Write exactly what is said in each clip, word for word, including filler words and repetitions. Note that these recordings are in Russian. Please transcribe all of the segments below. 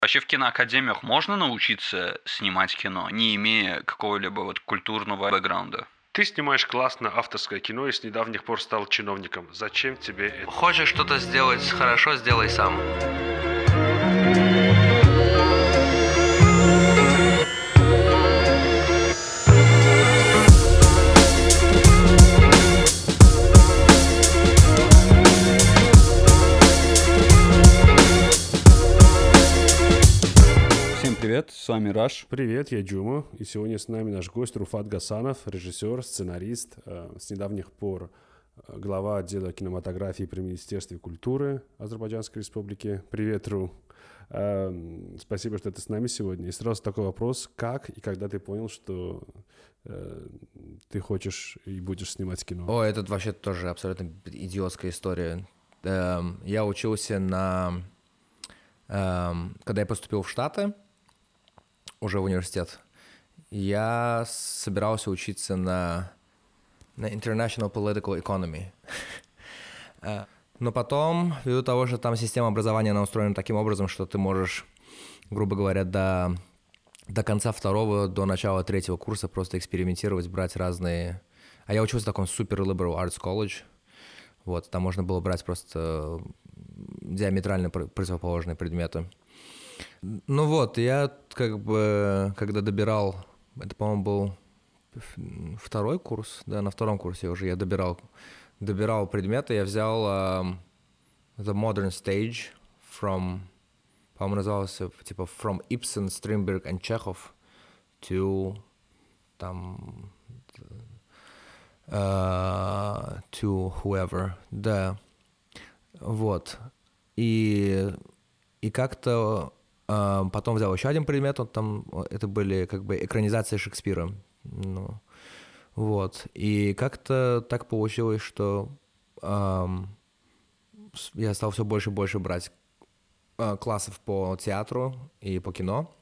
Вообще в киноакадемиях можно научиться снимать кино, не имея какого-либо вот культурного бэкграунда? Ты снимаешь классное авторское кино и с недавних пор стал чиновником. Зачем тебе это? Хочешь что-то сделать хорошо, сделай сам. Всем привет, с вами Раш. Привет, я Джума, и сегодня с нами наш гость Руфат Гасанов, режиссер, сценарист, э, с недавних пор э, глава отдела кинематографии при Министерстве культуры Азербайджанской Республики. Привет, Ру. Э, спасибо, что ты с нами сегодня. И сразу такой вопрос, как и когда ты понял, что э, ты хочешь и будешь снимать кино? О, это вообще тоже абсолютно идиотская история. Эм, я учился на... эм, когда я поступил в Штаты, уже в университет, я собирался учиться на, на International Political Economy. Э, Но потом, ввиду того, что там система образования она устроена таким образом, что ты можешь, грубо говоря, до, до конца второго, до начала третьего курса просто экспериментировать, брать разные... А я учился в таком супер liberal arts college. Вот, там можно было брать просто диаметрально противоположные предметы. Ну вот, я как бы, когда добирал, это, по-моему, был второй курс, да, на втором курсе уже я добирал, добирал предметы, я взял um, The Modern Stage from, по-моему, назывался, типа, From Ibsen, Strindberg and Chekhov to, там, uh, to whoever, да, вот, и, и как-то... Потом взял еще один предмет, он там, это были как бы экранизации Шекспира. Ну, вот. И как-то так получилось, что эм, я стал все больше и больше брать э, классов по театру и по кино.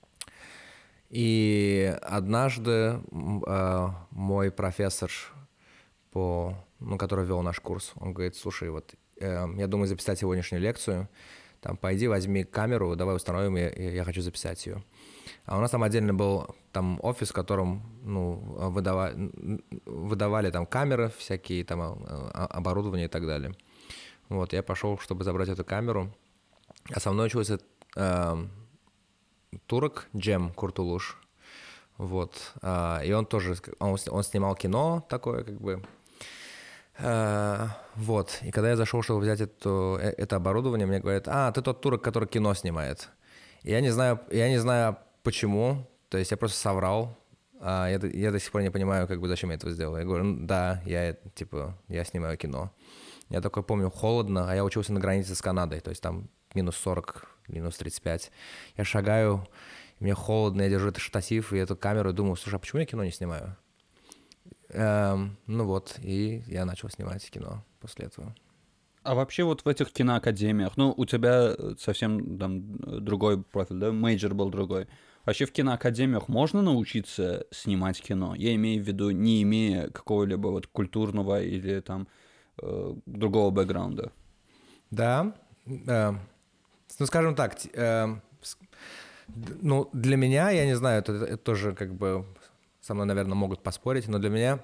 И однажды э, мой профессор, по, ну, который вел наш курс, он говорит: слушай, вот э, я думаю записать сегодняшнюю лекцию. Там, пойди, возьми камеру, давай установим, я, я хочу записать ее. А у нас там отдельно был там офис, в котором, ну, выдавали, выдавали там камеры всякие, там оборудование и так далее. Вот, я пошел, чтобы забрать эту камеру. А со мной учился э, турок Джем Куртулуш. Вот, э, и он тоже, он, он снимал кино такое, как бы. Uh, вот, и когда я зашел, чтобы взять это, это оборудование, мне говорят: а, ты тот турок, который кино снимает. И я не знаю, я не знаю почему, то есть я просто соврал, а я, я до сих пор не понимаю, как бы, зачем я это сделал. Я говорю: ну, да, я, типа, я снимаю кино. Я такой помню, холодно, а я учился на границе с Канадой, то есть там минус сорок, минус тридцать пять. Я шагаю, мне холодно, я держу этот штатив и эту камеру, и думаю: слушай, а почему я кино не снимаю? Эм, ну вот, и я начал снимать кино после этого. А вообще вот в этих киноакадемиях, ну, у тебя совсем там другой профиль, да, мейджор был другой. Вообще в киноакадемиях можно научиться снимать кино? Я имею в виду, не имея какого-либо вот культурного или там э, другого бэкграунда. Да, э, ну, скажем так, э, ну, для меня, я не знаю, это, это тоже как бы... со мной, наверное, могут поспорить, но для меня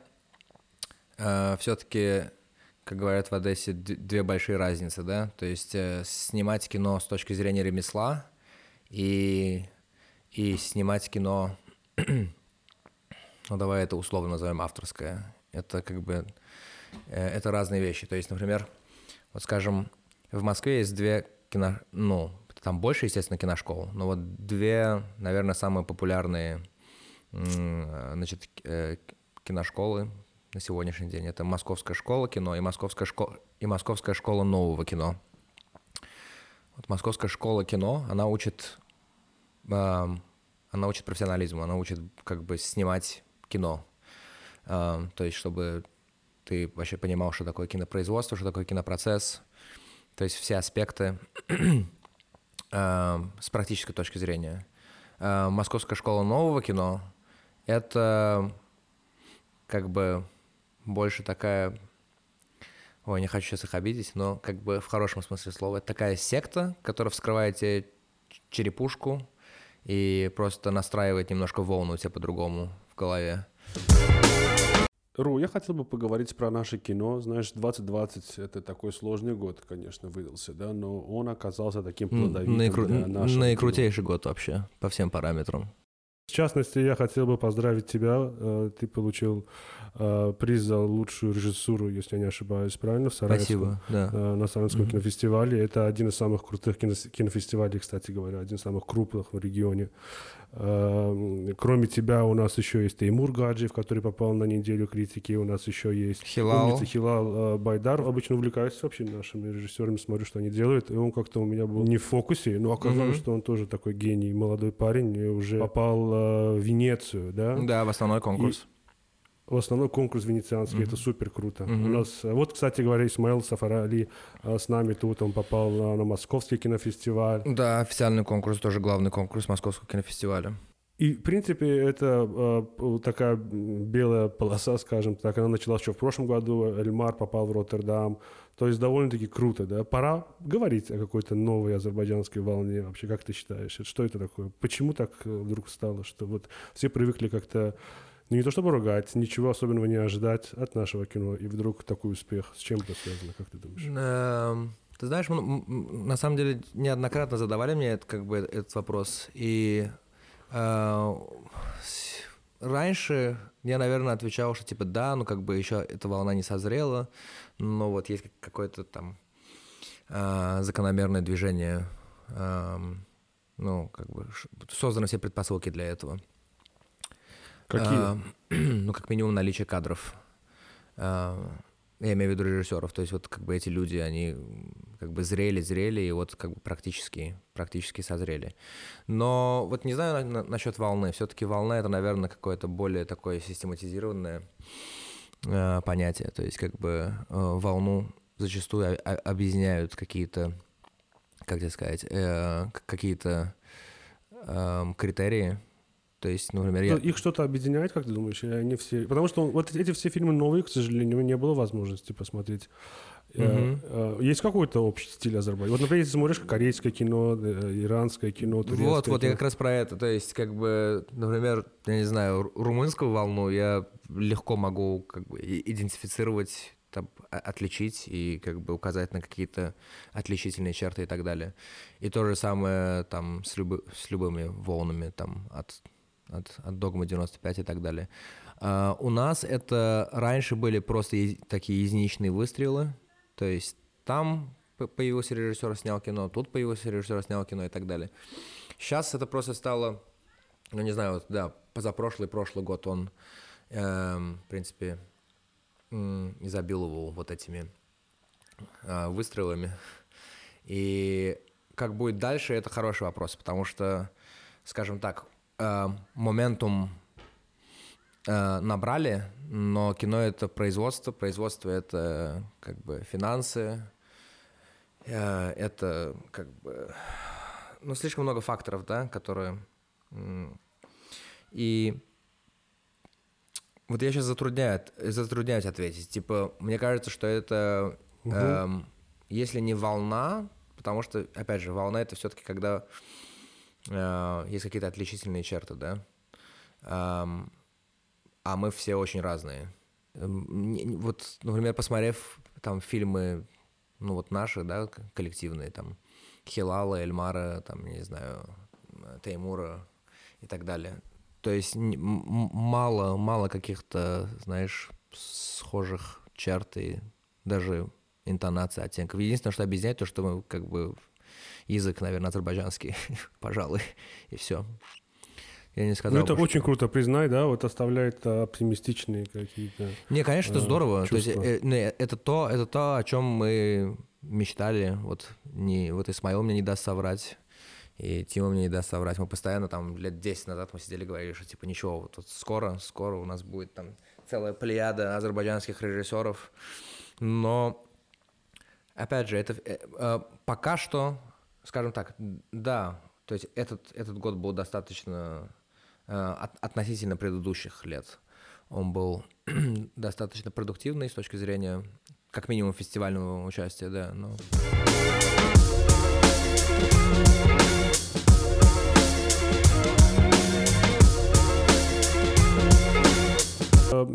э, все-таки, как говорят в Одессе, д- две большие разницы, да, то есть э, снимать кино с точки зрения ремесла и, и снимать кино, ну, давай это условно назовем авторское, это как бы, э, это разные вещи, то есть, например, вот скажем, в Москве есть две кино, ну, там больше, естественно, киношкол, но вот две, наверное, самые популярные, значит, киношколы на сегодняшний день. Это Московская школа кино и Московская школа, и Московская школа нового кино. Вот Московская школа кино, она учит, э, она учит профессионализму, она учит как бы снимать кино. Э, то есть, чтобы ты вообще понимал, что такое кинопроизводство, что такое кинопроцесс. То есть все аспекты э, с практической точки зрения. Э, Московская школа нового кино — это как бы больше такая... Ой, не хочу сейчас их обидеть, но как бы в хорошем смысле слова. Это такая секта, которая вскрывает тебе черепушку и просто настраивает немножко волну у тебя по-другому в голове. Ру, я хотел бы поговорить про наше кино. Знаешь, двадцать двадцать — это такой сложный год, конечно, выдался, да, но он оказался таким плодовитым Наикру... для нашего Наикрутейший год вообще, по всем параметрам. В частности, я хотел бы поздравить тебя. Ты получил приз за лучшую режиссуру, если я не ошибаюсь, правильно? В Спасибо, да. На Саранском Mm-hmm. кинофестивале. Это один из самых крутых кинофестивалей, кстати говоря, один из самых крупных в регионе. Кроме тебя у нас еще есть Теймур Гаджиев, который попал на неделю критики. У нас еще есть Хилал. умница Хилал Байдар. Обычно увлекаюсь вообще нашими режиссерами, смотрю, что они делают. И он как-то у меня был не в фокусе, но оказалось, mm-hmm. что он тоже такой гений, молодой парень, и уже попал в Венецию, да? Да, в основной конкурс. И в основной конкурс венецианский, mm-hmm. это супер круто. Mm-hmm. У нас, вот, кстати говоря, Исмаил Сафарали с нами тут, он попал на, на Московский кинофестиваль. Да, официальный конкурс, тоже главный конкурс Московского кинофестиваля. И, в принципе, это э, такая белая полоса, скажем так, она началась еще в прошлом году, Эльмар попал в Роттердам, то есть довольно-таки круто, да? Пора говорить о какой-то новой азербайджанской волне вообще, как ты считаешь? Что это такое? Почему так вдруг стало, что вот все привыкли как-то, ну не то чтобы ругать, ничего особенного не ожидать от нашего кино, и вдруг такой успех? С чем это связано, как ты думаешь? Ты знаешь, на самом деле неоднократно задавали мне это, как бы, этот вопрос, и раньше я, наверное, отвечал, что типа да, ну как бы еще эта волна не созрела, но вот есть какое-то там э, закономерное движение, э, ну как бы созданы все предпосылки для этого. Какие? Э, ну как минимум наличие кадров. Э, я имею в виду режиссеров, то есть вот как бы эти люди, они как бы зрели, зрели и вот как бы практически, практически созрели. Но вот не знаю на, на, насчет волны. Все-таки волна — это, наверное, какое-то более такое систематизированное э, понятие. То есть как бы э, волну зачастую о- объединяют какие-то, как тебе сказать, э, какие-то э, критерии. То есть, например, я... Их что-то объединяет, как ты думаешь, или они все... Потому что вот эти все фильмы новые, к сожалению, не было возможности посмотреть. Mm-hmm. Есть какой-то общий стиль Азербайджана? Вот, например, если смотришь корейское кино, иранское кино, турецкое Вот, вот кино. я как раз про это. То есть, как бы, например, я не знаю, румынскую волну я легко могу как бы идентифицировать, там, отличить и как бы указать на какие-то отличительные черты и так далее. И то же самое там с, любы, с любыми волнами там от... От, от Догмы девяносто пять и так далее. Uh, у нас это раньше были просто е- такие единичные выстрелы, то есть там появился режиссер, снял кино, тут появился режиссер, снял кино и так далее. Сейчас это просто стало, ну не знаю, вот, да, позапрошлый, прошлый год он, эм, в принципе, м- изобиловал вот этими э, выстрелами. И как будет дальше, это хороший вопрос, потому что, скажем так, моментум э, набрали, но кино — это производство, производство — это как бы финансы, э, это как бы, ну, слишком много факторов, да, которые... М- и вот я сейчас затрудняю, затрудняюсь ответить. Типа, мне кажется, что это, угу. э, если не волна, потому что, опять же, волна — это все-таки когда... есть какие-то отличительные черты, да, а мы все очень разные. Вот, например, посмотрев там фильмы, ну вот наши, да, коллективные, там, Хилала, Эльмара, там, не знаю, Теймура и так далее, то есть мало, мало каких-то, знаешь, схожих черт и даже интонации, оттенков. Единственное, что объединяет, то, что мы как бы... Язык, наверное, азербайджанский, пожалуй, и все. Я не сказал. Ну, это бы, очень что... круто, признай, да, вот оставляет оптимистичные какие-то. Не, конечно, это э, здорово. То есть, э, э, это то, это то, о чем мы мечтали. Вот, не, вот Исмаил мне не даст соврать, и Тима мне не даст соврать. Мы постоянно там лет десять назад мы сидели и говорили, что типа ничего, вот, вот скоро, скоро у нас будет там целая плеяда азербайджанских режиссеров. Но, опять же, это э, э, пока что. Скажем так, да, то есть этот, этот год был достаточно, э, от, относительно предыдущих лет, он был достаточно продуктивный с точки зрения, как минимум, фестивального участия, да, но...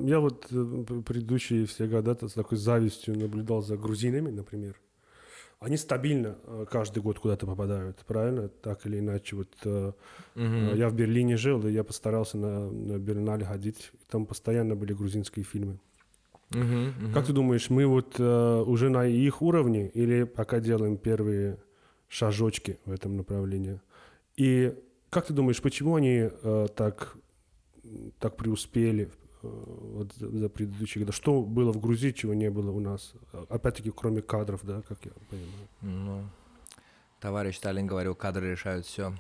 я вот предыдущие все года с такой завистью наблюдал за грузинами, например. Они стабильно каждый год куда-то попадают, правильно? Так или иначе. Вот, uh-huh. Я в Берлине жил, и я постарался на, на Бернале ходить. Там постоянно были грузинские фильмы. Uh-huh, uh-huh. Как ты думаешь, мы вот уже на их уровне или пока делаем первые шажочки в этом направлении? И как ты думаешь, почему они так, так преуспели вот за предыдущие годы? Что было в Грузии, чего не было у нас? Опять-таки, кроме кадров, да, как я понимаю. Ну, товарищ Сталин говорил, кадры решают все.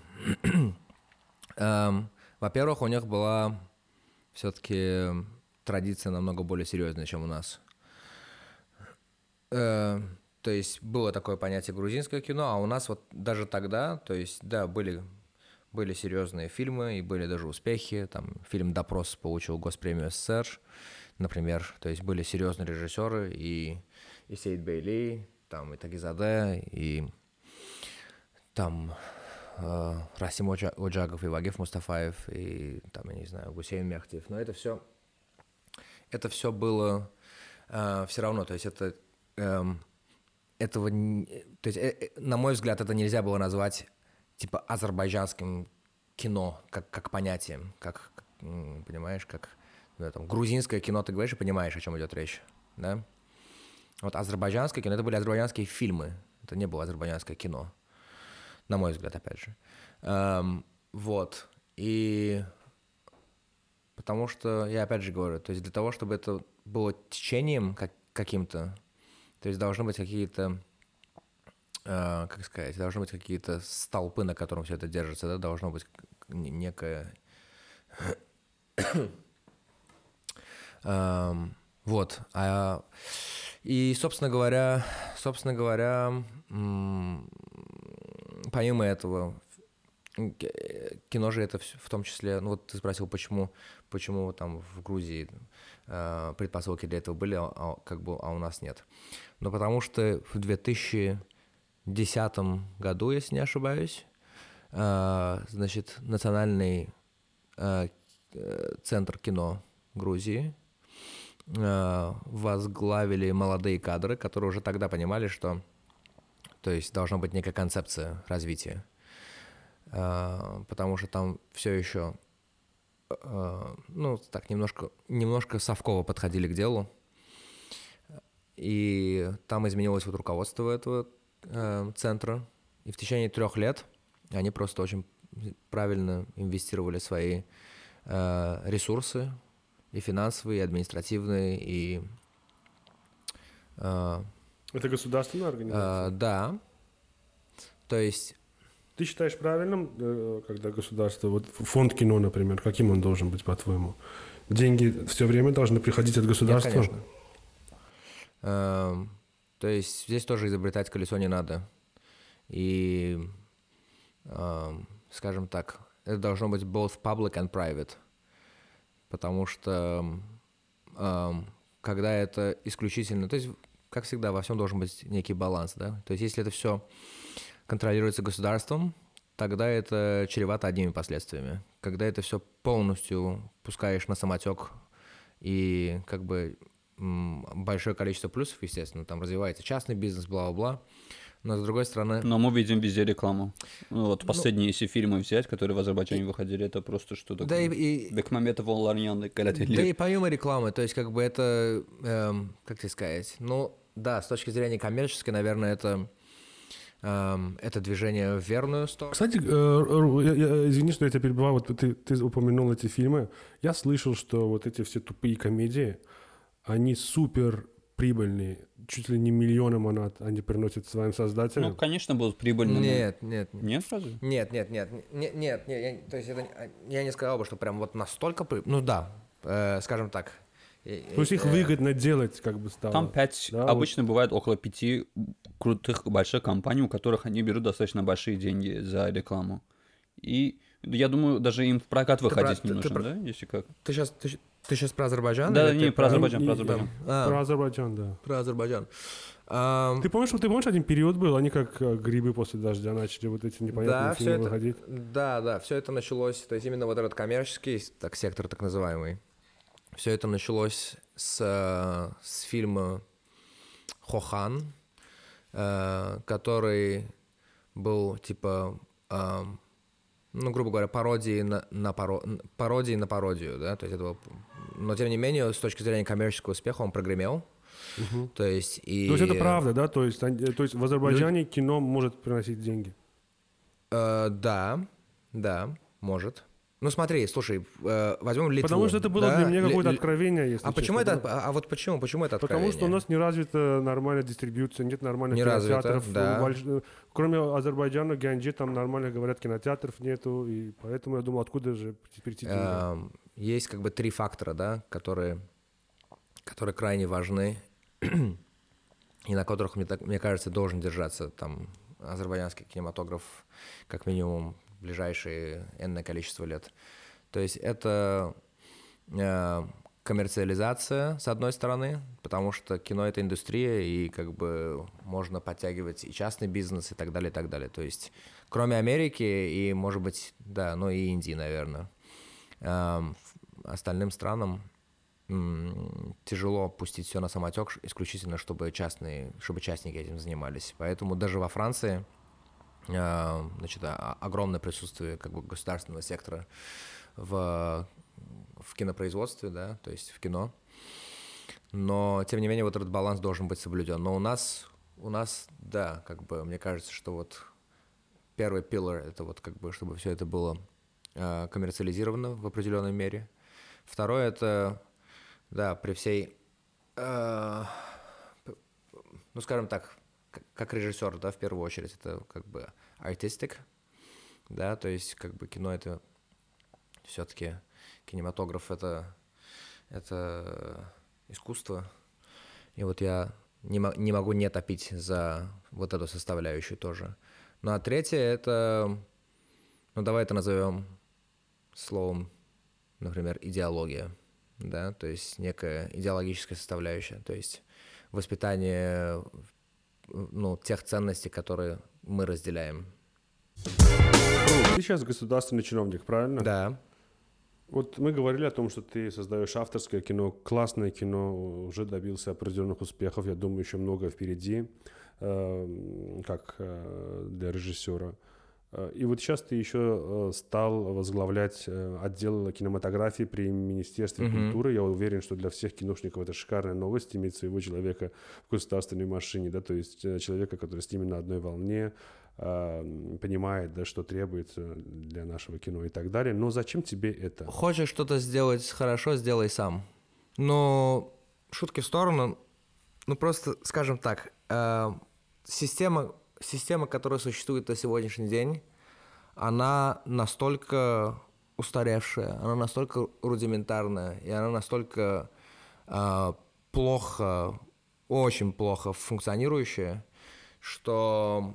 эм, во-первых, у них была все-таки традиция намного более серьезная, чем у нас. Э, то есть было такое понятие грузинское кино, а у нас вот даже тогда, то есть, да, были... Были серьезные фильмы и были даже успехи. Там фильм «Допрос» получил Госпремию СССР, например. То есть были серьезные режиссеры и, и Сейд Бейли, там, и Тагизаде, и там э, Расим Оджагов, и Вагиф Мустафаев, и там, я не знаю, Гусейн Мехтиев. Но это все, это все было э, все равно. То есть это, э, этого, то есть, э, на мой взгляд, это нельзя было назвать типа азербайджанским кино, как, как понятием, как, как, понимаешь, как ну, там, грузинское кино, ты говоришь и понимаешь, о чем идет речь, да? Вот азербайджанское кино, это были азербайджанские фильмы, это не было азербайджанское кино, на мой взгляд, опять же. Эм, вот, и потому что, я опять же говорю, то есть для того, чтобы это было течением как, каким-то, то есть должны быть какие-то как сказать, должны быть какие-то столпы, на котором все это держится, да, должно быть некое... um, вот. А, и, собственно говоря, собственно говоря, м- помимо этого, кино же это в том числе... Ну вот ты спросил, почему, почему там в Грузии э, предпосылки для этого были, а, как бы, а у нас нет. Ну потому что в две тысячи десятом году, если не ошибаюсь, э, значит, Национальный э, центр кино Грузии э, возглавили молодые кадры, которые уже тогда понимали, что, то есть, должна быть некая концепция развития, э, потому что там все еще, э, ну, так, немножко, немножко совково подходили к делу, и там изменилось вот руководство этого центра, и в течение трех лет они просто очень правильно инвестировали свои э, ресурсы, и финансовые, и административные, и... Э, Это государственная организация? Э, да. То есть... Ты считаешь правильным, когда государство... Вот фонд кино, например, каким он должен быть, по-твоему? Деньги все время должны приходить от государства? Нет, конечно. Э, То есть здесь тоже изобретать колесо не надо. И, э, скажем так, это должно быть both public and private. Потому что э, когда это исключительно... То есть, как всегда, во всем должен быть некий баланс, да? То есть если это все контролируется государством, тогда это чревато одними последствиями. Когда это все полностью пускаешь на самотек и как бы... большое количество плюсов, естественно, там развивается частный бизнес, бла-бла-бла, но с другой стороны... Но мы видим везде рекламу. Ну, вот последние, ну, если фильмы взять, которые в Азербайджане и... выходили, это просто что-то... Да и... Бекмаметов, Оларнян, Галятели. Да и помимо рекламы, то есть как бы это, эм, как тебе сказать, ну да, с точки зрения коммерческой, наверное, это... это движение в верную сторону. Кстати, я, я, извини, что я тебя перебиваю, вот ты, ты упомянул эти фильмы. Я слышал, что вот эти все тупые комедии, они супер прибыльные. Чуть ли не миллионы монат они приносят своим создателям. Ну, конечно, будут прибыльными. Нет, нет. Нет разве? Нет, нет, нет. Нет, нет, нет я, то есть это, я не сказал бы, что прям вот настолько прибыльно. Ну да, э, скажем так. То есть их выгодно делать, как бы стало. Там пять, да, обычно вот. Бывает около пяти крутых больших компаний, у которых они берут достаточно большие деньги за рекламу. И я думаю, даже им в прокат выходить ты не про, нужно, ты, да, если как. Ты сейчас, ты, ты сейчас про Азербайджан? Да, не, про Азербайджан, про Азербайджан. А, про Азербайджан, да. Про Азербайджан. Um, ты помнишь, ты помнишь, один период был, они как грибы после дождя начали вот эти непонятные да, фильмы это, выходить? Да, да, все это началось, то есть именно вот этот коммерческий так, сектор, так называемый, все это началось с, с фильма «Хохан», э, который был типа, э, ну, грубо говоря, пародией на, на, паро, пародией на пародию, да, то есть это был, но тем не менее, с точки зрения коммерческого успеха он прогремел. Угу. То есть, и... То есть это правда, да? То есть, то есть в Азербайджане Люд... кино может приносить деньги? Э, да, да, может. Ну смотри, слушай, э, возьмем Литву. Потому что это было да? для меня какое-то Ли... откровение, если а почему честно. это? А вот почему? Почему это откровение? Потому что у нас не развита нормальная дистрибьюция, нет нормальных не кинотеатров. Развита, да. Больш... Кроме Азербайджана, Гянджи, там нормально говорят, кинотеатров нету, и поэтому я думал, откуда же прийти деньги? Э, есть как бы три фактора, да, которые, которые крайне важны и на которых, мне, так, мне кажется, должен держаться там азербайджанский кинематограф как минимум в ближайшие энное количество лет. То есть это э, коммерциализация, с одной стороны, потому что кино — это индустрия, и как бы можно подтягивать и частный бизнес, и так далее, и так далее. То есть кроме Америки и, может быть, да, ну и Индии, наверное, э, остальным странам м- тяжело пустить все на самотек, исключительно чтобы частные, чтобы частники этим занимались. Поэтому даже во Франции э, значит, огромное присутствие как бы государственного сектора в, в кинопроизводстве, да, то есть в кино. Но, тем не менее, вот этот баланс должен быть соблюден. Но у нас, у нас, да, как бы, мне кажется, что вот первый пилар — это вот как бы, чтобы все это было э, коммерциализировано в определенной мере. Второе — это, да, при всей, э, ну, скажем так, как, как режиссер, да, в первую очередь, это как бы artistic, да, то есть как бы кино — это все-таки кинематограф — это, это искусство. И вот я не, мо- не могу не топить за вот эту составляющую тоже. Ну а третье — это, ну давай это назовем словом, например, идеология, да, то есть некая идеологическая составляющая, то есть воспитание, ну, тех ценностей, которые мы разделяем. Ты сейчас государственный чиновник, правильно? Да. Вот мы говорили о том, что ты создаешь авторское кино, классное кино, уже добился определенных успехов, я думаю, еще много впереди, э, как э, для режиссера. И вот сейчас ты еще стал возглавлять отдел кинематографии при Министерстве mm-hmm. культуры. Я уверен, что для всех киношников это шикарная новость, иметь своего человека в государственной машине, да, то есть человека, который с ними на одной волне, понимает, да, что требуется для нашего кино и так далее. Но зачем тебе это? Хочешь что-то сделать хорошо, сделай сам. Но шутки в сторону, ну просто, скажем так, э, система, система, которая существует на сегодняшний день, она настолько устаревшая, она настолько рудиментарная, и она настолько э, плохо, очень плохо функционирующая, что...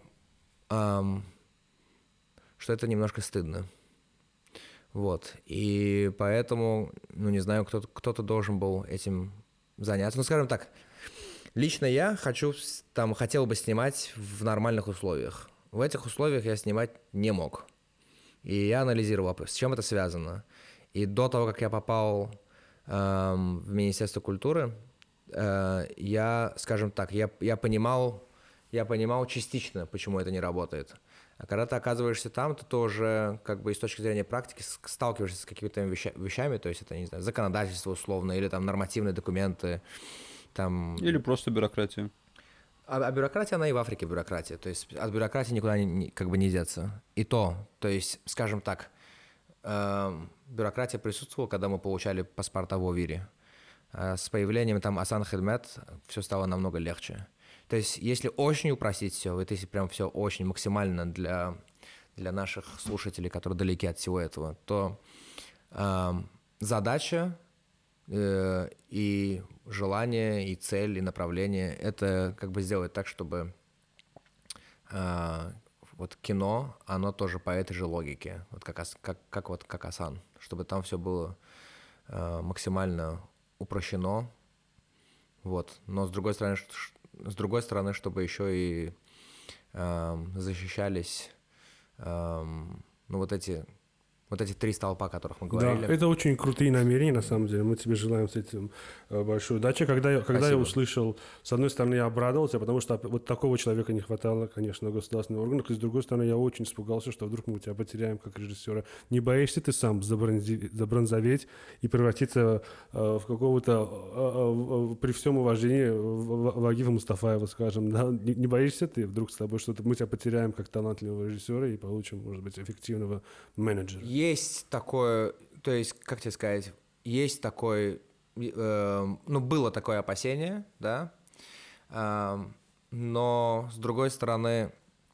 что это немножко стыдно. Вот. И поэтому, ну, не знаю, кто-то, кто-то должен был этим заняться. Ну, скажем так, лично я хочу, там, хотел бы снимать в нормальных условиях. В этих условиях я снимать не мог. И я анализировал, с чем это связано. И до того, как я попал эм, в Министерство культуры, э, я, скажем так, я, я понимал, я понимал частично, почему это не работает. А когда ты оказываешься там, то ты уже, как бы, и с точки зрения практики сталкиваешься с какими-то веща- вещами, то есть это, не знаю, законодательство условно, или там нормативные документы, там... Или просто бюрократия. А, а бюрократия, она и в Африке бюрократия, то есть от бюрократии никуда не, не, как бы не деться. И то, то есть, скажем так, э, бюрократия присутствовала, когда мы получали паспорта в ОВИРе. А с появлением там Асан Хидмет все стало намного легче. То есть, если очень упростить все, вот если прям все очень максимально для, для наших слушателей, которые далеки от всего этого, то э, задача э, и желание, и цель, и направление — это как бы сделать так, чтобы э, вот кино, оно тоже по этой же логике, вот как, как, как, вот, как Асан, чтобы там все было э, максимально упрощено, вот. Но с другой стороны, с другой стороны, чтобы еще и э, защищались э, ну, вот эти вот эти три столпа, о которых мы говорили. Да, это очень крутые намерения, на самом деле. Мы тебе желаем с этим большой удачи. Когда я, когда я услышал, с одной стороны, я обрадовался, потому что вот такого человека не хватало, конечно, в государственных органах. И с другой стороны, я очень испугался, что вдруг мы тебя потеряем как режиссера. Не боишься ты сам забронзоветь и превратиться в какого-то, при всем уважении, Вагифа Мустафаева, скажем, да? Не, не боишься ты вдруг с тобой, что мы тебя потеряем как талантливого режиссера и получим, может быть, эффективного менеджера? Есть такое, то есть, как тебе сказать, есть такой, э, ну, было такое опасение, да, э, но, с другой стороны,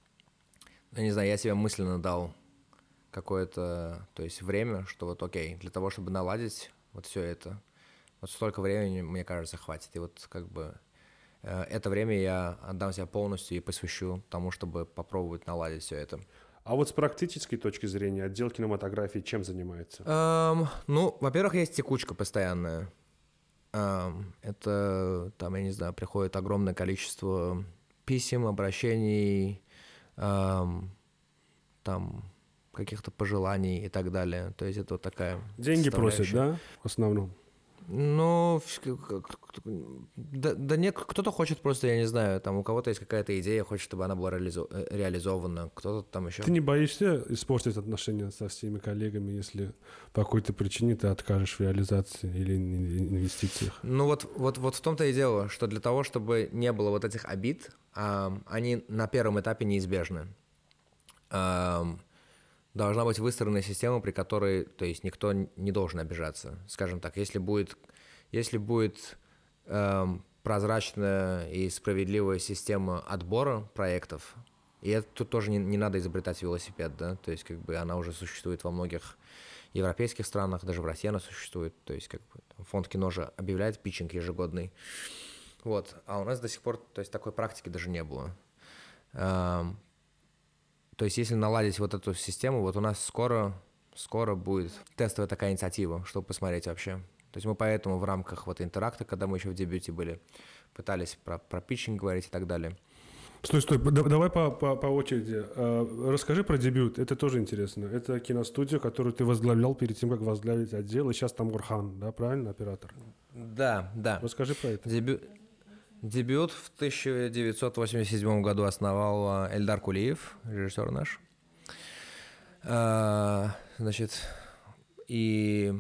я не знаю, я себе мысленно дал какое-то, то есть, время, что вот, окей, для того, чтобы наладить вот все это, вот столько времени, мне кажется, хватит, и вот, как бы, э, это время я отдам себя полностью и посвящу тому, чтобы попробовать наладить все это. А вот с практической точки зрения отдел кинематографии чем занимается? Эм, ну, во-первых, есть текучка постоянная. Эм, это, там, я не знаю, приходит огромное количество писем, обращений, эм, там, каких-то пожеланий и так далее. То есть это вот такая... Деньги просят, да, в основном? Ну, да, да нет, кто-то хочет просто, я не знаю, там у кого-то есть какая-то идея, хочет, чтобы она была реализо- реализована, кто-то там еще... Ты не боишься испортить отношения со всеми коллегами, если по какой-то причине ты откажешь в реализации или инвестициях? Ну вот, вот, вот в том-то и дело, что для того, чтобы не было вот этих обид, э, они на первом этапе неизбежны. Э, Должна быть выстроена система, при которой, то есть, никто не должен обижаться. Скажем так, если будет, если будет э, прозрачная и справедливая система отбора проектов, и это тут тоже не, не надо изобретать велосипед, да, то есть, как бы, она уже существует во многих европейских странах, даже в России она существует, то есть, как бы, фонд кино же объявляет питчинг ежегодный, вот, а у нас до сих пор, то есть, такой практики даже не было. Э, То есть, если наладить вот эту систему, вот у нас скоро, скоро будет тестовая такая инициатива, чтобы посмотреть вообще. То есть мы поэтому в рамках вот интеракта, когда мы еще в дебюте были, пытались про, про питчинг говорить и так далее. Стой, стой, давай по, по, по очереди. Расскажи про дебют, это тоже интересно. Это киностудия, которую ты возглавлял перед тем, как возглавить отдел, и сейчас там Орхан, да, правильно, оператор? Да, да. Расскажи про это. Дебют, дебют в тысяча девятьсот восемьдесят седьмом году основал Эльдар Кулиев, режиссер наш. А, значит, и,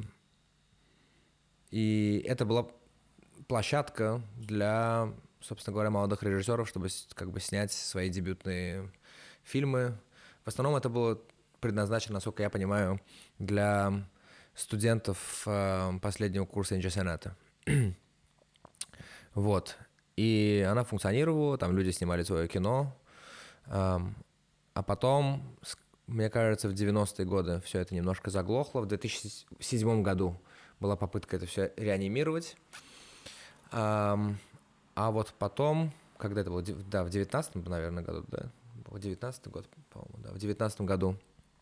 и это была площадка для, собственно говоря, молодых режиссеров, чтобы как бы снять свои дебютные фильмы. В основном это было предназначено, насколько я понимаю, для студентов последнего курса инженерного. Вот. И она функционировала, там люди снимали свое кино. А потом, мне кажется, в девяностые годы все это немножко заглохло. В две тысячи седьмом году была попытка это все реанимировать. А вот потом, когда это было, да, в девятнадцатом, наверное, году, да, в девятнадцатый год, по-моему, да, в девятнадцатом году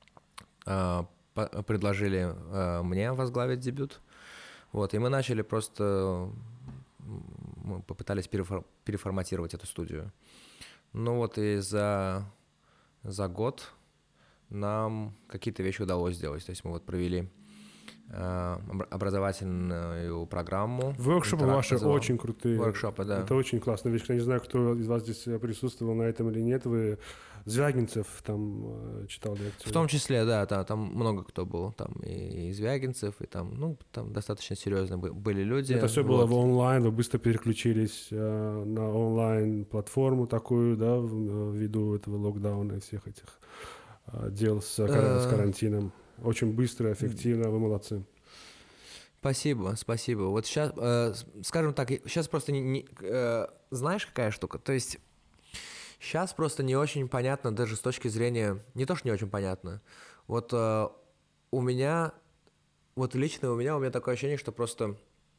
предложили мне возглавить дебют. Вот, и мы начали просто... Мы попытались переформатировать эту студию. Ну вот и за, за год нам какие-то вещи удалось сделать. То есть мы вот провели э, образовательную программу. Воркшопы ваши называл. Очень крутые. Воркшопы, да. Это очень классная вещь. Я не знаю, кто из вас здесь присутствовал на этом или нет. Вы Звягинцев там читал лекцию? В том числе, да, да, там много кто был. Там и, и Звягинцев, и там, ну, там достаточно серьезно были люди. Это все вот. было в онлайн, вы быстро переключились э, на онлайн-платформу такую, да, ввиду этого локдауна и всех этих э, дел с, с карантином. Очень быстро, эффективно, вы молодцы. Спасибо, спасибо. Вот сейчас, э, скажем так, сейчас просто не, не э, знаешь, какая штука? То есть сейчас просто не очень понятно, даже с точки зрения, не то, что не очень понятно. Вот э, у меня, вот лично у меня, у меня такое ощущение, что просто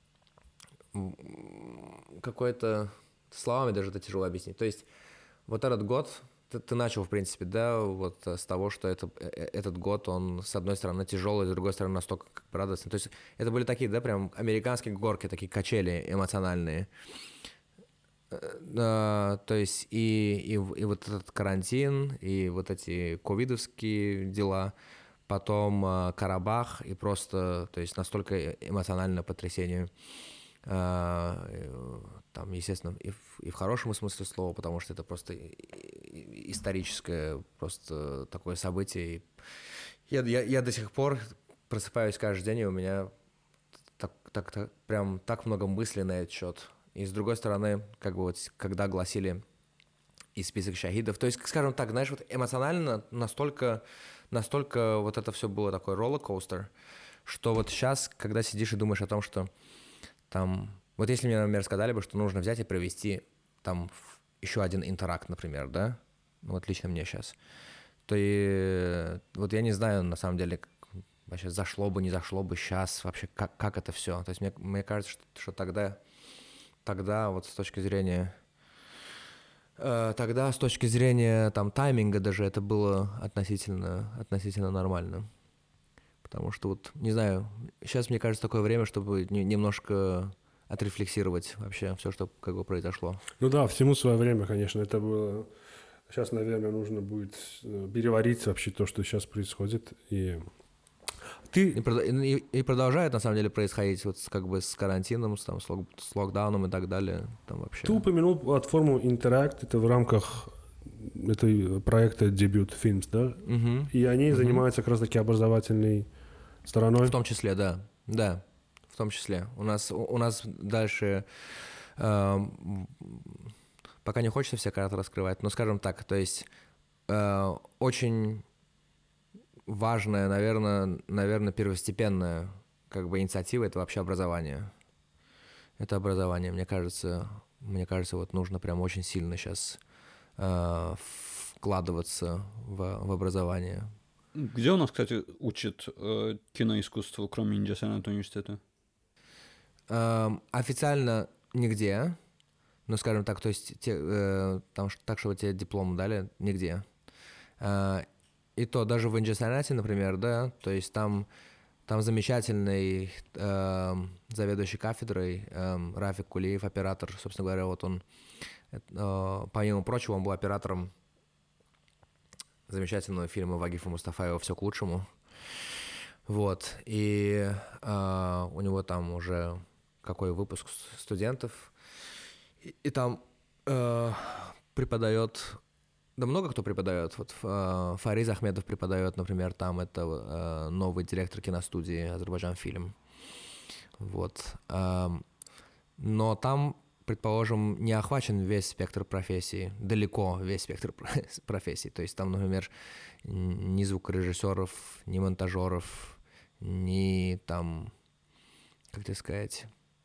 какое-то, словами даже это тяжело объяснить. То есть вот этот год, ты, ты начал, в принципе, да, вот с того, что это, этот год, он, с одной стороны, тяжелый, с другой стороны, настолько как бы радостный. То есть это были такие, да, прям американские горки, такие качели эмоциональные. Uh, то есть и, и, и вот этот карантин, и вот эти ковидовские дела, потом э, Карабах, и просто, то есть настолько эмоциональное потрясение. Э, там, естественно, и в, и в хорошем смысле слова, потому что это просто историческое просто такое событие. Я, я, я до сих пор просыпаюсь каждый день, и у меня так, так, так, прям так много мыслей на этот счет. И с другой стороны, как бы вот, когда огласили и список шахидов, то есть, скажем так, знаешь, вот эмоционально настолько, настолько вот это все было такой роллер-коустер, что вот сейчас, когда сидишь и думаешь о том, что там, вот если мне, например, сказали бы, что нужно взять и провести там еще один интеракт, например, да, ну вот лично мне сейчас, то и вот я не знаю, на самом деле, вообще зашло бы, не зашло бы сейчас, вообще как, как это все. То есть мне, мне кажется, что, что тогда, тогда вот с точки зрения, э, тогда с точки зрения там тайминга даже это было относительно, относительно нормально. Потому что вот, не знаю, сейчас, мне кажется, такое время, чтобы не, немножко отрефлексировать вообще все, что как бы произошло. Ну да, всему свое время, конечно, это было... Сейчас, наверное, нужно будет переварить вообще то, что сейчас происходит. И ты... И, и, и продолжает, на самом деле, происходить вот с, как бы с карантином, с, там, с, лок, с локдауном и так далее. Там вообще. Ты упомянул платформу Interact, это в рамках этой проекта Debut Films, да? Угу. И они угу. занимаются как раз-таки образовательной стороной? В том числе, да. Да, в том числе. У нас, у, у нас дальше... Э, пока не хочется все карты раскрывать, но скажем так, то есть э, очень важная, наверное, наверное, первостепенная как бы инициатива — это вообще образование. Это образование, мне кажется, мне кажется, вот нужно прям очень сильно сейчас э, вкладываться в, в образование. Где у нас, кстати, учат э, киноискусству, кроме Индиана университета? Э, официально нигде. Ну, скажем так, то есть те, э, там, так, чтобы тебе диплом дали, нигде. Э, и то даже в Индианате, например, да, то есть там, там замечательный э, заведующий кафедрой э, Рафик Кулиев, оператор, собственно говоря, вот он, э, помимо прочего, он был оператором замечательного фильма Вагифа Мустафаева «Все к лучшему». Вот, и э, у него там уже какой выпуск студентов. И, и там э, преподает, да много кто преподает. Вот э, Фариз Ахмедов преподает, например, там это э, новый директор киностудии «Азербайджан Фильм». Вот. Э, но там, предположим, не охвачен весь спектр профессий, далеко весь спектр профессий. То есть там, например, ни звукорежиссеров, ни монтажеров, ни там, как тебе сказать...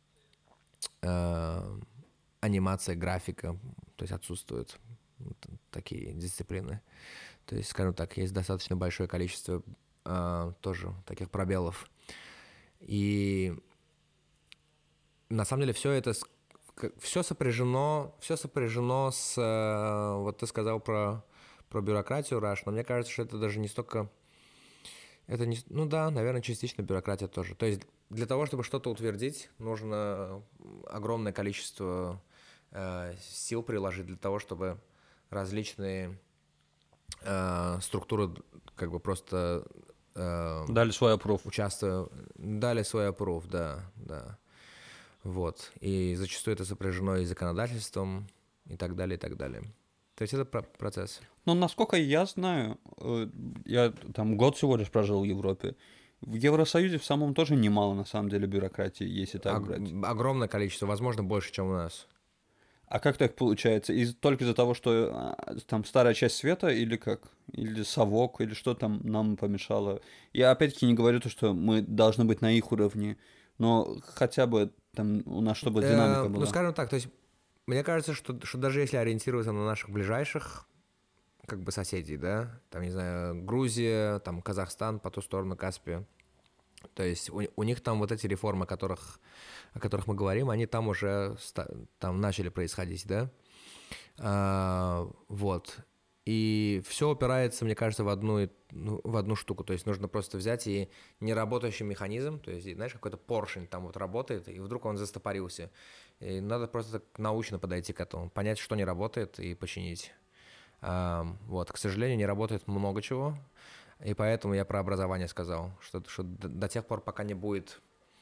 Э, анимация, графика, то есть отсутствуют такие дисциплины. То есть, скажем так, есть достаточно большое количество э, тоже таких пробелов. И на самом деле все это, все сопряжено, все сопряжено с, э, вот ты сказал про, про бюрократию, Раш, но мне кажется, что это даже не столько, это не, ну да, наверное, частично бюрократия тоже. То есть для того, чтобы что-то утвердить, нужно огромное количество сил приложить для того, чтобы различные э, структуры как бы просто э, дали свой аппрув. Участвуя, дали свой аппрув, да, да. Вот. И зачастую это сопряжено и законодательством, и так далее, и так далее. То есть это про- процесс. Ну, насколько я знаю, я там год всего лишь прожил в Европе. В Евросоюзе в самом тоже немало, на самом деле, бюрократии, если так Ог- брать. Огромное количество, возможно, больше, чем у нас. А как так получается? Из, только из-за того, что а, там старая часть света, или как? Или совок, или что там нам помешало? Я опять-таки не говорю то, что мы должны быть на их уровне, но хотя бы там у нас чтобы динамика была. Ну, скажем так, то есть мне кажется, что, что даже если ориентироваться на наших ближайших как бы соседей, да, там, не знаю, Грузия, там, Казахстан по ту сторону Каспия, то есть у, у них там вот эти реформы, о которых, о которых мы говорим, они там уже там начали происходить, да, а, вот, и все упирается, мне кажется, в одну, ну, в одну штуку, то есть нужно просто взять и неработающий механизм, то есть, знаешь, какой-то поршень там вот работает, и вдруг он застопорился, и надо просто так научно подойти к этому, понять, что не работает, и починить. А, вот, к сожалению, не работает много чего. И поэтому я про образование сказал, что, что до, до тех пор, пока не будет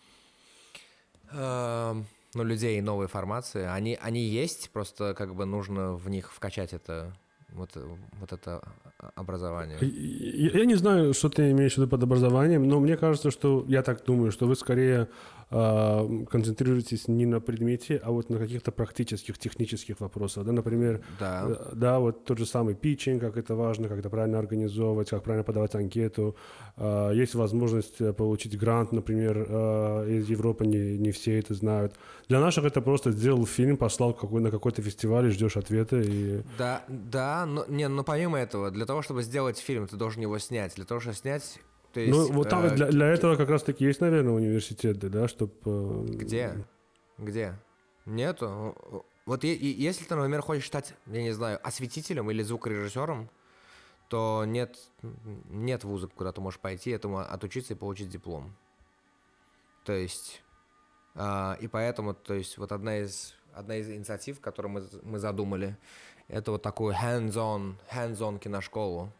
э, ну, людей и новой формации, они, они есть, просто как бы нужно в них вкачать это, вот, вот это образование. Я, я не знаю, что ты имеешь в виду под образованием, но мне кажется, что я так думаю, что вы скорее э, концентрируетесь не на предмете, а вот на каких-то практических, технических вопросах. Да? Например, Да. э, да, вот тот же самый питчинг, как это важно, как это правильно организовывать, как правильно подавать анкету. Э, есть возможность получить грант, например, э, из Европы, не, не все это знают. Для наших это просто сделал фильм, послал какой, на какой-то фестиваль и ждешь ответа. И... Да, да, но, не, но помимо этого, для того, чтобы сделать фильм, ты должен его снять. Для того, чтобы снять... То есть, ну, вот там э, для, для этого как раз-таки есть, наверное, университеты, да, чтобы... Э... Где? Где? Нету. Вот и, и, если ты, например, хочешь стать, я не знаю, осветителем или звукорежиссером, то нет, нет вуза, куда ты можешь пойти, этому отучиться и получить диплом. То есть... Uh, и поэтому, то есть, вот одна из, одна из инициатив, которую мы, мы задумали, это вот такую hands-on, hands-on киношколу,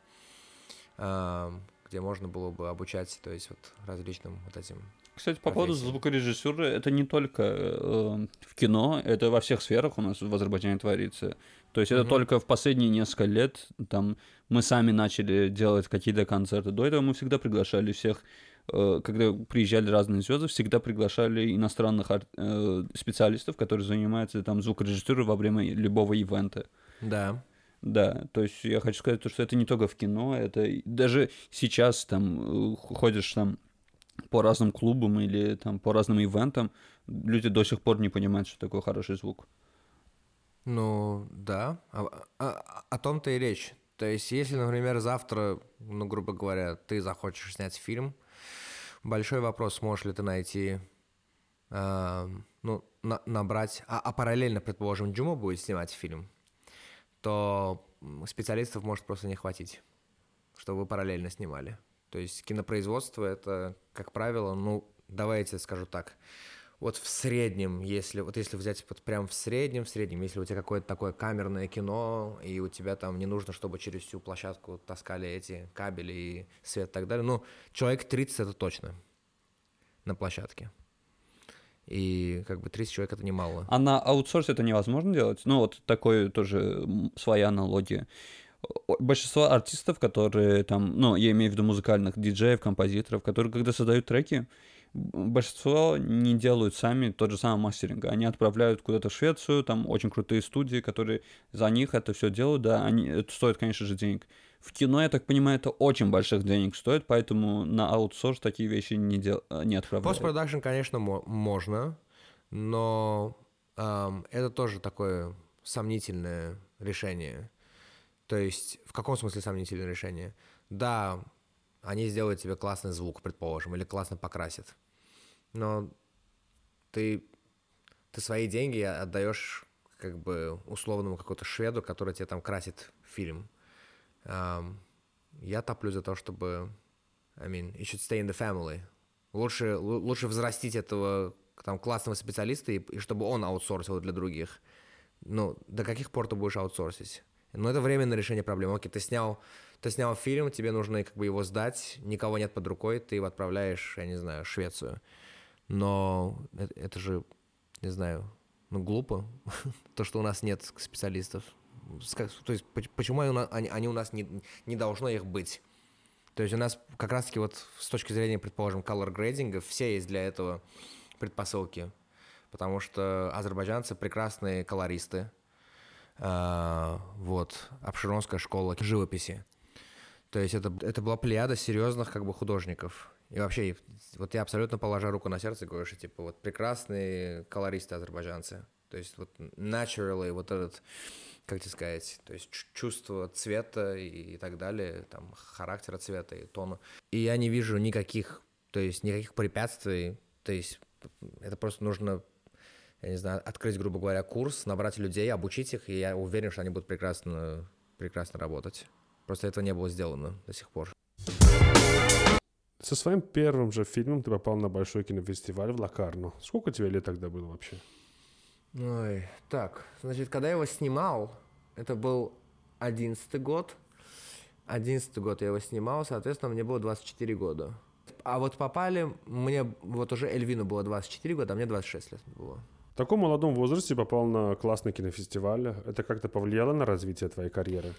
uh, где можно было бы обучать, то есть, вот различным вот этим. Кстати, по поводу звукорежиссуры, это не только э, в кино, это во всех сферах у нас в Азербайджане творится. То есть, это mm-hmm. только в последние несколько лет там мы сами начали делать какие-то концерты. До этого мы всегда приглашали всех. Когда приезжали разные звезды, всегда приглашали иностранных ар- э, специалистов, которые занимаются там звукорежиссурой во время любого ивента. Да. Да, то есть я хочу сказать, что это не только в кино, это даже сейчас там ходишь там по разным клубам или там по разным ивентам, люди до сих пор не понимают, что такое хороший звук. Ну, да, о, о, о том-то и речь. То есть если, например, завтра, ну, грубо говоря, ты захочешь снять фильм, большой вопрос, сможешь ли ты найти, э, ну, на, набрать, а, а параллельно, предположим, Джума будет снимать фильм, то специалистов может просто не хватить, чтобы вы параллельно снимали. То есть кинопроизводство — это, как правило, ну, давайте скажу так, вот в среднем, если, вот если взять вот прям в среднем, в среднем, если у тебя какое-то такое камерное кино, и у тебя там не нужно, чтобы через всю площадку таскали эти кабели и свет и так далее, ну, человек тридцать это точно на площадке. И как бы тридцать человек — это немало. А на аутсорсе это невозможно делать? Ну, вот такой тоже своя аналогия. Большинство артистов, которые там, ну, я имею в виду музыкальных диджеев, композиторов, которые, когда создают треки, большинство не делают сами тот же самый мастеринг. Они отправляют куда-то в Швецию, там очень крутые студии, которые за них это все делают, да, они, это стоит, конечно же, денег. В кино, я так понимаю, это очень больших денег стоит, поэтому на аутсорс такие вещи не, дел... не отправляют. Постпродакшн, конечно, мо- можно, но эм, это тоже такое сомнительное решение. То есть, в каком смысле сомнительное решение? Да, они сделают тебе классный звук, предположим, или классно покрасят. Но ты, ты свои деньги отдаешь как бы условному какому-то шведу, который тебе там красит фильм. Um, я топлю за то, чтобы... I mean, it should stay in the family. Лучше, лучше взрастить этого там классного специалиста, и, и чтобы он аутсорсил для других. Ну, до каких пор ты будешь аутсорсить? Ну, это временное решение проблемы. Окей, ты снял, ты снял фильм, тебе нужно как бы его сдать, никого нет под рукой, ты его отправляешь, я не знаю, в Швецию. Но это, это же, не знаю, ну, глупо, то, что у нас нет специалистов. То есть почему они, они у нас не, не должно их быть? То есть у нас как раз-таки вот с точки зрения, предположим, color grading, все есть для этого предпосылки. Потому что азербайджанцы прекрасные колористы. Uh, вот, Апшеронская школа живописи. То есть это, это была плеяда серьезных как бы художников. И вообще, вот я абсолютно положа руку на сердце говорю, что типа вот прекрасные колористы азербайджанцы. То есть вот naturally вот этот, как тебе сказать, то есть чувство цвета и, и так далее, там характера цвета и тона. И я не вижу никаких, то есть никаких препятствий. То есть это просто нужно, я не знаю, открыть, грубо говоря, курс, набрать людей, обучить их, и я уверен, что они будут прекрасно, прекрасно работать. Просто этого не было сделано до сих пор. Со своим первым же фильмом ты попал на большой кинофестиваль в Локарно. Сколько тебе лет тогда было вообще? Ой, так, значит, когда я его снимал, это был одиннадцатый год, одиннадцатый год я его снимал, соответственно, мне было двадцать четыре года. А вот попали, мне вот уже Эльвину было двадцать четыре года, а мне двадцать шесть лет было. В таком молодом возрасте попал на классный кинофестиваль. Это как-то повлияло на развитие твоей карьеры?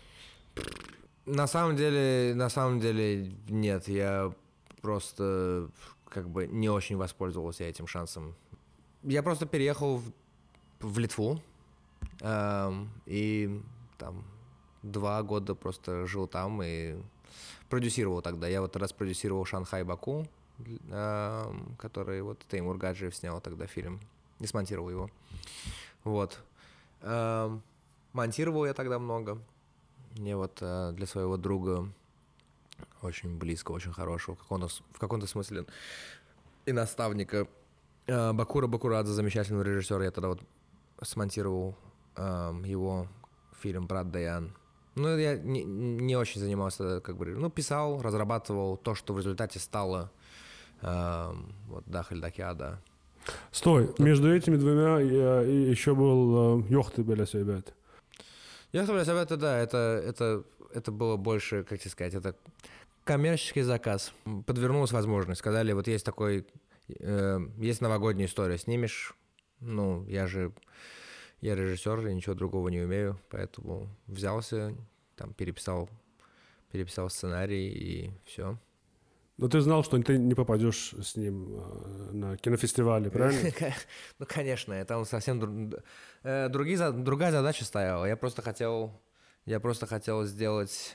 На самом деле, на самом деле нет. Я просто как бы не очень воспользовался этим шансом. Я просто переехал в, в Литву эм, и там два года просто жил там и продюсировал тогда. Я вот раз продюсировал «Шанхай-Баку», эм, который вот Теймур Гаджиев снял тогда фильм. Не смонтировал его. Вот. Эм, монтировал я тогда много. Мне вот э, для своего друга очень близко, очень хорошего, в каком-то, в каком-то смысле и наставника. Э, Бакура Бакурадзе, замечательный режиссер, я тогда вот смонтировал э, его фильм «Брат Даян». Ну, я не, не очень занимался, как бы, ну, писал, разрабатывал то, что в результате стало э, вот «Дахаль Дакиада». Стой, Тут... между этими двумя я, еще был «Йохты Беля Сейбет». «Йохты Беля Сейбет», да, это, это, это было больше, как тебе сказать, это коммерческий заказ. Подвернулась возможность, сказали, вот есть такой, э, есть новогодняя история, снимешь, ну, я же... Я режиссер, я ничего другого не умею, поэтому взялся, там переписал, переписал сценарий и все. Но ты знал, что ты не попадешь с ним на кинофестивале, правильно? Ну, конечно, это совсем другие, другая задача стояла. Я просто хотел, я просто хотел сделать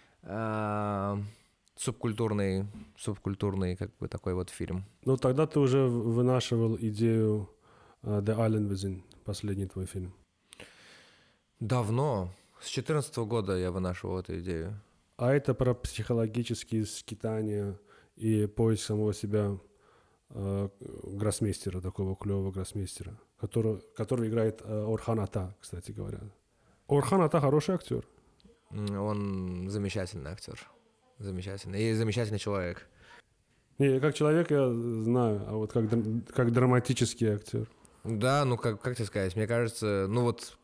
э, субкультурный, субкультурный как бы такой вот фильм. Ну, тогда ты уже вынашивал идею «The Island Within», последний твой фильм. Давно. С четырнадцатого года я вынашивал эту идею. А это про психологические скитания и поиск самого себя э, гроссмейстера, такого клевого гроссмейстера, который, который играет э, Орхан Ата, кстати говоря. Орхан Ата хороший актер. Он замечательный актер. Замечательный. И замечательный человек. Не, как человек я знаю, а вот как, как драматический актер. Да, ну как, как тебе сказать, мне кажется, ну вот,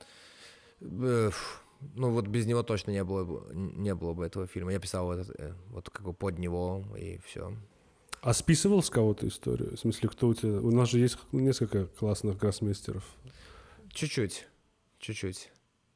э, ну вот без него точно не было бы, не было бы этого фильма. Я писал этот, э, вот как бы под него и все. А списывал с кого-то историю? В смысле, кто у тебя? У нас же есть несколько классных гроссмейстеров. Чуть-чуть, чуть-чуть.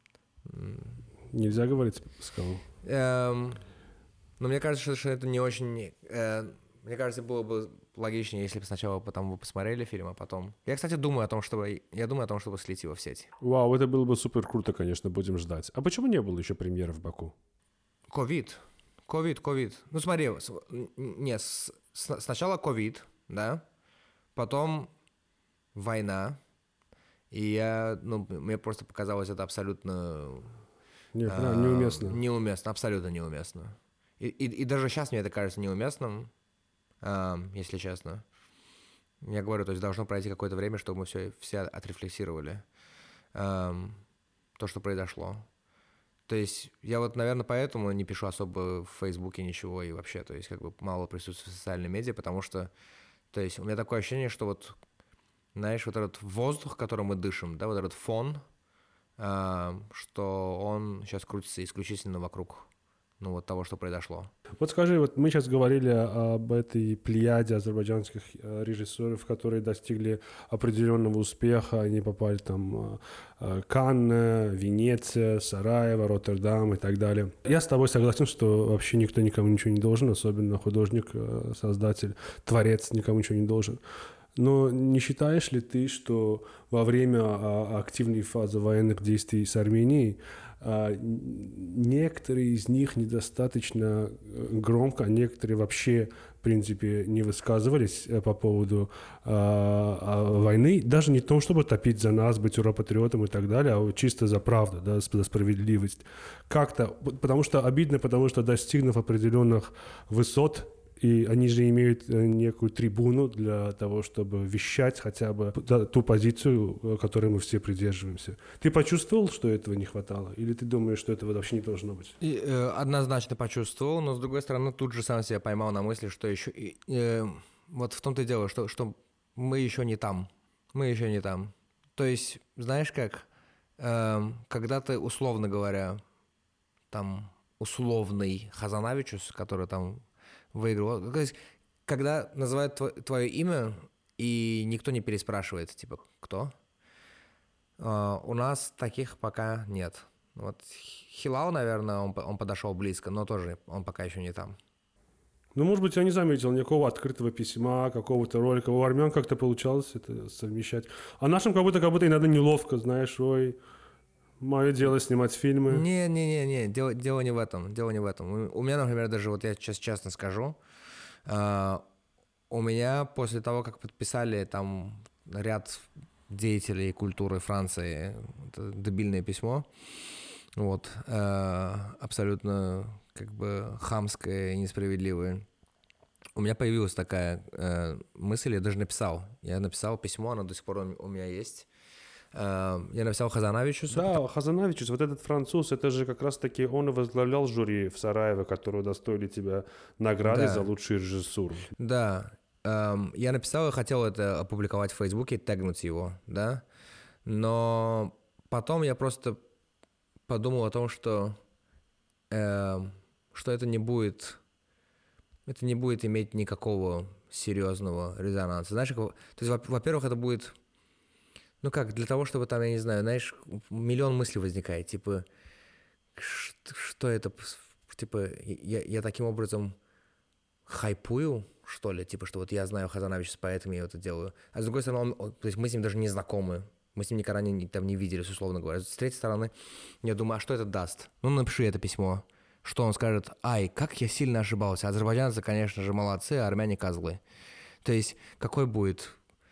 Нельзя говорить с кого? Эм, но мне кажется, что это не очень... Э, мне кажется, было бы логичнее, если бы сначала потом вы посмотрели фильм, а потом... Я, кстати, думаю о том, чтобы... Я думаю о том, чтобы слить его в сеть. Вау, это было бы супер круто, конечно, будем ждать. А почему не было еще премьеры в Баку? Ковид. Ковид, ковид. Ну, смотри, с... нет, с... сначала ковид, да, потом война, и я, ну, мне просто показалось это абсолютно... Не, а, неуместно. Неуместно, абсолютно неуместно. И, и, и даже сейчас мне это кажется неуместным, а, если честно. Я говорю, то есть должно пройти какое-то время, чтобы мы все, все отрефлексировали а, то, что произошло. То есть я вот, наверное, поэтому не пишу особо в Фейсбуке ничего и вообще, то есть как бы мало присутствую в социальной медиа, потому что, то есть у меня такое ощущение, что вот, знаешь, вот этот воздух, которым мы дышим, да, вот этот фон, а, что он сейчас крутится исключительно вокруг, ну, вот того, что произошло. Вот скажи, вот мы сейчас говорили об этой плеяде азербайджанских режиссеров, которые достигли определенного успеха, они попали там в Канны, Венеция, Сараево, Роттердам и так далее. Я с тобой согласен, что вообще никто никому ничего не должен, особенно художник, создатель, творец никому ничего не должен. Но не считаешь ли ты, что во время активной фазы военных действий с Арменией некоторые из них недостаточно громко, а некоторые вообще, в принципе, не высказывались по поводу а, войны, даже не в том, чтобы топить за нас, быть уропатриотом и так далее, а чисто за правду, да, за справедливость. Как-то, потому что обидно, потому что достигнув определенных высот, и они же имеют некую трибуну для того, чтобы вещать хотя бы ту позицию, которой мы все придерживаемся. Ты почувствовал, что этого не хватало? Или ты думаешь, что этого вообще не должно быть? И, э, однозначно почувствовал, но, с другой стороны, тут же сам себя поймал на мысли, что еще... Э, вот в том-то и дело, что, что мы еще не там. Мы еще не там. То есть, знаешь как, э, когда ты, условно говоря, там условный Хазанавичус, который там выиграл. То есть, когда называют тво- твое имя, и никто не переспрашивает, типа, кто? Uh, у нас таких пока нет. Вот Хилау, наверное, он, он подошел близко, но тоже он пока еще не там. Ну, может быть, я не заметил никакого открытого письма, какого-то ролика. У армян как-то получалось это совмещать. А нашим как будто, как будто иногда неловко, знаешь, ой, мое дело снимать фильмы. Не-не-не, дело, дело не в этом, дело не в этом. У, у меня, например, даже, вот я сейчас честно скажу, uh, у меня после того, как подписали там ряд деятелей культуры Франции, это дебильное письмо, вот, э, абсолютно как бы хамское и несправедливое. У меня появилась такая э, мысль, я даже написал. Я написал письмо, оно до сих пор у меня есть. Э, я написал Хазанавичусу. Да, потому... Хазанавичус, вот этот француз, это же как раз-таки он и возглавлял жюри в Сараево, которые удостоили тебя награды да. за лучшую режиссуру. Да. Um, я написал и хотел это опубликовать в Фейсбуке, тегнуть его, да, но потом я просто подумал о том, что, э, что это не будет, это не будет иметь никакого серьезного резонанса. Знаешь, то есть, во-первых, это будет, ну как, для того, чтобы там, я не знаю, знаешь, миллион мыслей возникает, типа, что, что это, типа, я, я таким образом хайпую, что ли, типа, что вот я знаю Хазанавича, поэтому я это делаю. А с другой стороны, он, то есть мы с ним даже не знакомы, мы с ним никогда не, там не виделись, условно говоря. С третьей стороны, я думаю, а что это даст? Ну, напиши это письмо. Что он скажет? Ай, как я сильно ошибался. Азербайджанцы, конечно же, молодцы, а армяне козлы. То есть, какой будет...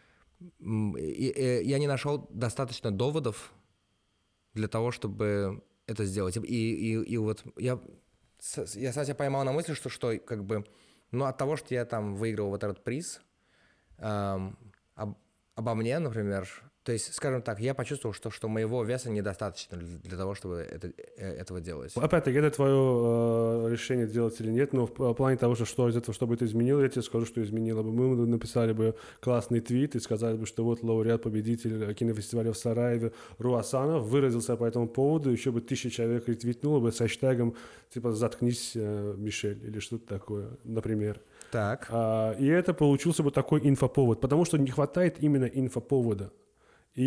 Я не нашел достаточно доводов для того, чтобы это сделать. И, и, и вот я, я сам себя поймал на мысли, что, что как бы... Ну, от того, что я там выиграл вот этот приз, эм, об, обо мне, например, то есть, скажем так, я почувствовал, что, что моего веса недостаточно для того, чтобы это, этого делать. Опять-таки, это твое э, решение делать или нет, но в, в плане того, что, что из этого, что бы это изменило, я тебе скажу, что изменило бы. Мы написали бы классный твит и сказали бы, что вот лауреат, победитель кинофестиваля в Сараеве Руасанов выразился по этому поводу, еще бы тысяча человек ретвитнуло бы с хэштегом типа «Заткнись, э, Мишель» или что-то такое, например. Так. А, и это получился бы такой инфоповод, потому что не хватает именно инфоповода. И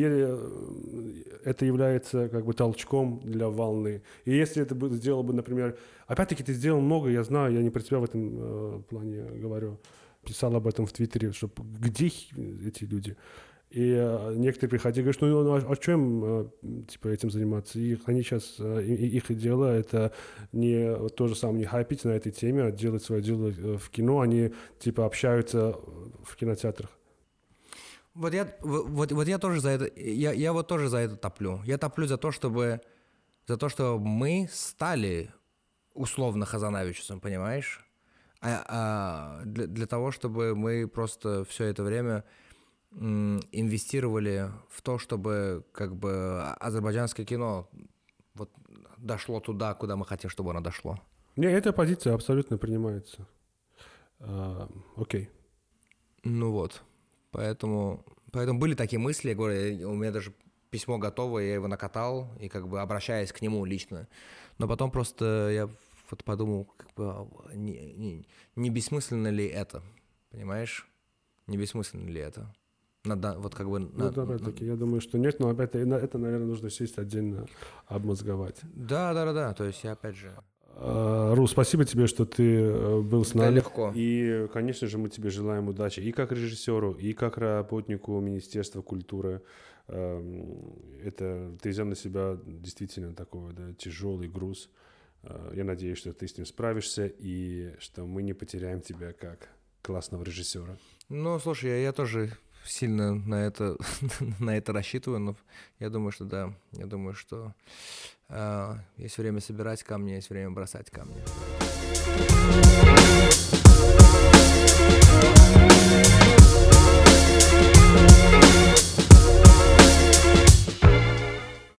это является как бы толчком для волны. И если это бы сделал бы, например... Опять-таки, ты сделал много, я знаю, я не про тебя в этом э, плане говорю. Писал об этом в Твиттере, что где эти люди? И э, некоторые приходили и говорят, ну, ну а, а чем э, типа, этим заниматься? И они сейчас, э, их дело это не то же самое, не хайпить на этой теме, а делать свое дело в кино. Они типа общаются в кинотеатрах. Вот я, вот, вот я тоже за это, я, я вот тоже за это топлю. Я топлю за то, чтобы, за то, что мы стали условно Хазанавичусом, понимаешь? А, а для, для того, чтобы мы просто все это время м, инвестировали в то, чтобы как бы азербайджанское кино вот дошло туда, куда мы хотим, чтобы оно дошло. Не, эта позиция абсолютно принимается. А, окей. Ну вот. Поэтому, поэтому были такие мысли, я говорю, у меня даже письмо готово, я его накатал, и как бы обращаясь к нему лично. Но потом просто я вот подумал, как бы, не, не, не бессмысленно ли это, понимаешь? Не бессмысленно ли это? Надо, вот как бы... Ну, на, да, опять-таки, я думаю, что нет, но опять это, наверное, нужно сесть отдельно обмозговать. Да, да, да, да, то есть я опять же... Ру, спасибо тебе, что ты был с нами. Да, легко. И, конечно же, мы тебе желаем удачи и как режиссеру, и как работнику Министерства культуры. Это ты взял на себя действительно такой да, тяжелый груз. Я надеюсь, что ты с ним справишься и что мы не потеряем тебя как классного режиссера. Ну, слушай, я, я тоже сильно на это, на это рассчитываю, но я думаю, что да. Я думаю, что э, есть время собирать камни, есть время бросать камни.